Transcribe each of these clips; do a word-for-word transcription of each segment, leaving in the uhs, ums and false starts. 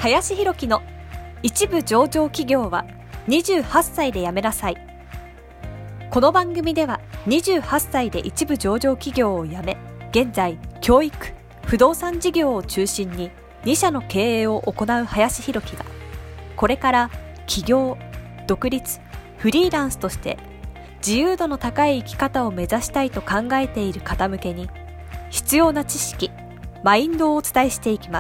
林弘樹の一部上場企業はにじゅうはっさいで辞めなさい。この番組ではにじゅうはっさいで一部上場企業を辞め、現在教育、不動産事業を中心にに社の経営を行う林弘樹が、これから起業、独立、フリーランスとして自由度の高い生き方を目指したいと考えている方向けに必要な知識、マインドをお伝えしていきます。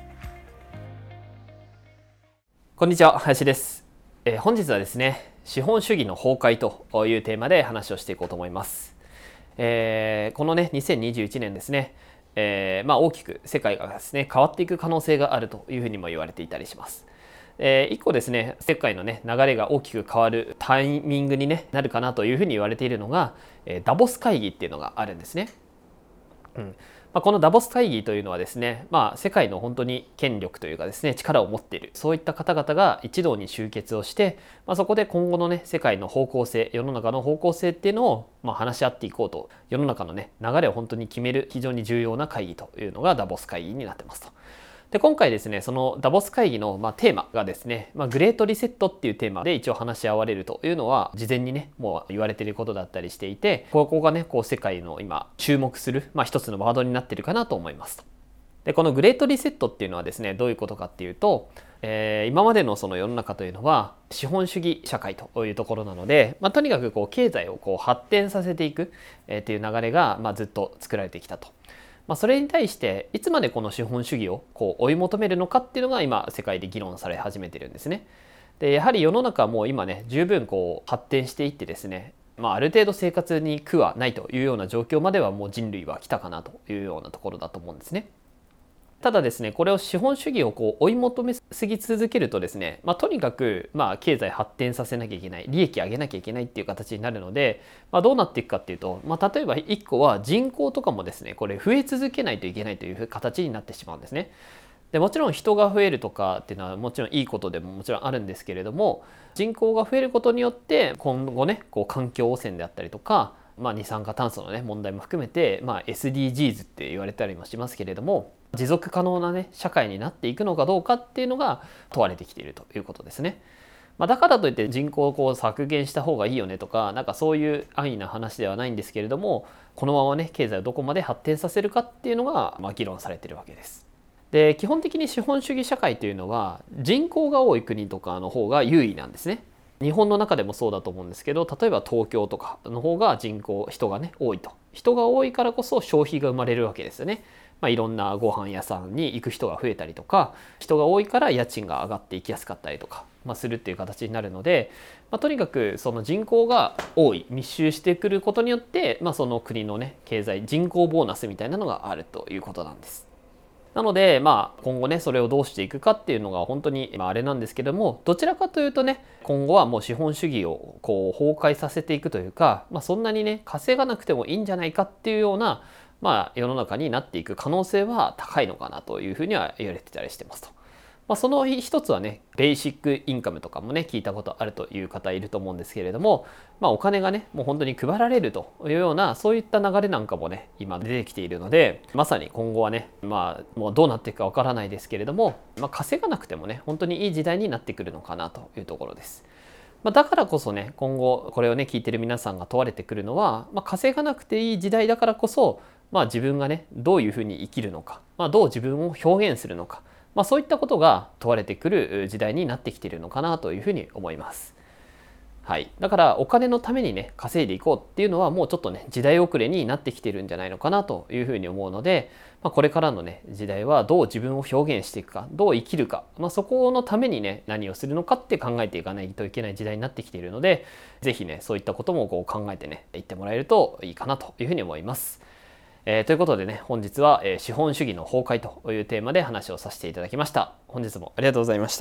こんにちは、林です。えー、本日はですね、資本主義の崩壊というテーマで話をしていこうと思います。えー、このね、にせんにじゅういちねんですね、えーまあ、大きく世界がですね変わっていく可能性があるというふうにも言われていたりします。えー、一個ですね、世界のね流れが大きく変わるタイミングに、ね、なるかなというふうに言われているのが、えー、ダボス会議っていうのがあるんですね。うんまあ、このダボス会議というのはですね、まあ、世界の本当に権力というかですね、力を持っているそういった方々が一堂に集結をして、まあ、そこで今後のね世界の方向性、世の中の方向性っていうのをまあ話し合っていこうと、世の中のね流れを本当に決める非常に重要な会議というのがダボス会議になってますと。で今回ですね、そのダボス会議のまあテーマがですね、まあ、グレートリセットっていうテーマで一応話し合われるというのは事前にねもう言われていることだったりしていて、ここがねこう世界の今注目する、まあ、一つのワードになっているかなと思いますと。でこのグレートリセットっていうのはですね、どういうことかっていうと、えー、今までのその世の中というのは資本主義社会というところなので、まあ、とにかくこう経済をこう発展させていくっていう流れがまあずっと作られてきたと。まあ、それに対していつまでこの資本主義をこう追い求めるのかっていうのが今世界で議論され始めてるんですね。でやはり世の中はもう今ね十分こう発展していってですね、まあ、ある程度生活に苦はないというような状況まではもう人類は来たかなというようなところだと思うんですね。ただですね、これを資本主義をこう追い求めすぎ続けるとですね、まあ、とにかくまあ経済発展させなきゃいけない、利益上げなきゃいけないっていう形になるので、まあ、どうなっていくかっていうと、まあ、例えばいっこは人口とかもですね、これ増え続けないといけないという形になってしまうんですね。でもちろん人が増えるとかっていうのはもちろんいいことでももちろんあるんですけれども、人口が増えることによって今後ねこう環境汚染であったりとか、まあ、二酸化炭素の、ね、問題も含めて、まあ、エスディージーズ って言われたりもしますけれども、持続可能な、ね、社会になっていくのかどうかっていうのが問われてきているということですね。まあ、だからといって人口をこう削減した方がいいよねとか、なんかそういう安易な話ではないんですけれども、このままね経済をどこまで発展させるかっていうのが、まあ、議論されているわけです。で基本的に資本主義社会というのは人口が多い国とかの方が優位なんですね。日本の中でもそうだと思うんですけど、例えば東京とかの方が人口、人がね多いと。人が多いからこそ消費が生まれるわけですよね。まあ、いろんなご飯屋さんに行く人が増えたりとか、人が多いから家賃が上がっていきやすかったりとか、まあ、するっていう形になるので、まあ、とにかくその人口が多い、密集してくることによって、まあ、その国のね経済、人口ボーナスみたいなのがあるということなんです。なので、まあ、今後ねそれをどうしていくかっていうのが本当にあれなんですけども、どちらかというとね今後はもう資本主義をこう崩壊させていくというか、まあ、そんなにね稼がなくてもいいんじゃないかっていうような、まあ、世の中になっていく可能性は高いのかなというふうには言われてたりしてますと。まあ、その一つはねベーシックインカムとかもね聞いたことあるという方いると思うんですけれども、まあ、お金がねもう本当に配られるというようなそういった流れなんかもね今出てきているので、まさに今後はねまあもうどうなっていくかわからないですけれども、まあ、稼がなくてもね本当にいい時代になってくるのかなというところです。まあ、だからこそね今後これをね聞いてる皆さんが問われてくるのは、まあ、稼がなくていい時代だからこそ、まあ、自分がねどういうふうに生きるのか、まあ、どう自分を表現するのか、まあ、そういったことが問われてくる時代になってきているのかなというふうに思います。はい、だからお金のためにね稼いでいこうっていうのはもうちょっとね時代遅れになってきてるんじゃないのかなというふうに思うので、まあ、これからのね時代はどう自分を表現していくか、どう生きるか、まあ、そこのためにね何をするのかって考えていかないといけない時代になってきているので、ぜひねそういったこともこう考えてねいってもらえるといいかなというふうに思います。えー、ということでね本日は、えー、資本主義の崩壊というテーマで話をさせていただきました。本日もありがとうございました。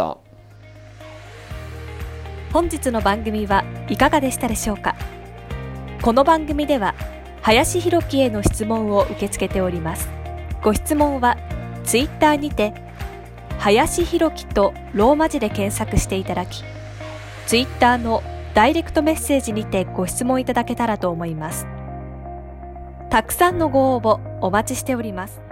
本日の番組はいかがでしたでしょうか。この番組では林弘樹への質問を受け付けております。ご質問はツイッターにて林弘樹とローマ字で検索していただき、ツイッターのダイレクトメッセージにてご質問いただけたらと思います。たくさんのご応募お待ちしております。